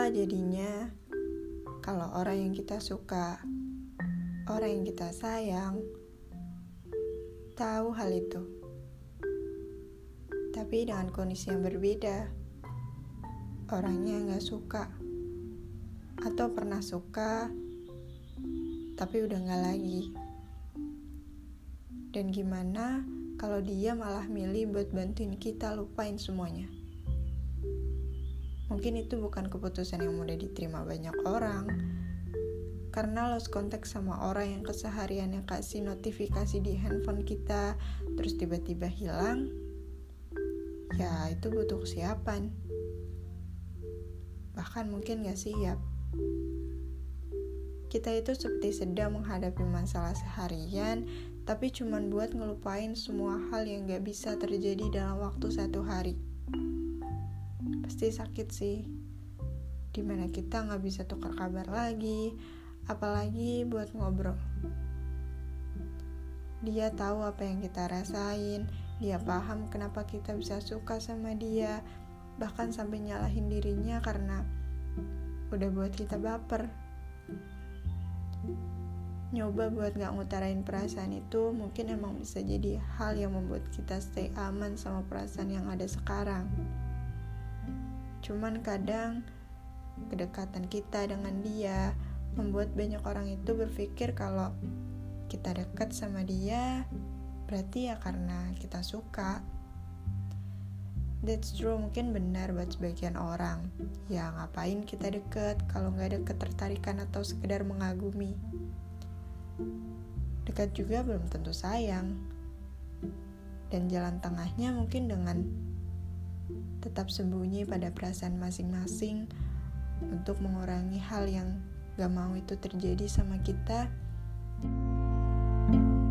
Apa jadinya kalau orang yang kita suka, orang yang kita sayang, tahu hal itu, tapi dengan kondisi yang berbeda? Orangnya nggak suka, atau pernah suka, tapi udah nggak lagi. Dan gimana kalau dia malah milih buat bantuin kita lupain semuanya? Mungkin itu bukan keputusan yang mudah diterima banyak orang, karena lost contact sama orang yang kesehariannya kasih notifikasi di handphone kita, terus tiba-tiba hilang, ya itu butuh kesiapan. Bahkan mungkin gak siap. Kita itu seperti sedang menghadapi masalah seharian, tapi cuman buat ngelupain semua hal yang gak bisa terjadi dalam waktu 1 hari. Pasti sakit sih, dimana kita gak bisa tukar kabar lagi, apalagi buat ngobrol. Dia tahu apa yang kita rasain, dia paham kenapa kita bisa suka sama dia, bahkan sampai nyalahin dirinya karena udah buat kita baper. Nyoba buat gak ngutarain perasaan itu mungkin emang bisa jadi hal yang membuat kita stay aman sama perasaan yang ada sekarang. Cuman kadang kedekatan kita dengan dia membuat banyak orang itu berpikir kalau kita dekat sama dia berarti ya karena kita suka. That's true, mungkin benar buat sebagian orang. Ya ngapain kita deket kalau gak ada ketertarikan atau sekedar mengagumi. Dekat juga belum tentu sayang. Dan jalan tengahnya mungkin dengan tetap sembunyi pada perasaan masing-masing untuk mengurangi hal yang gak mau itu terjadi sama kita.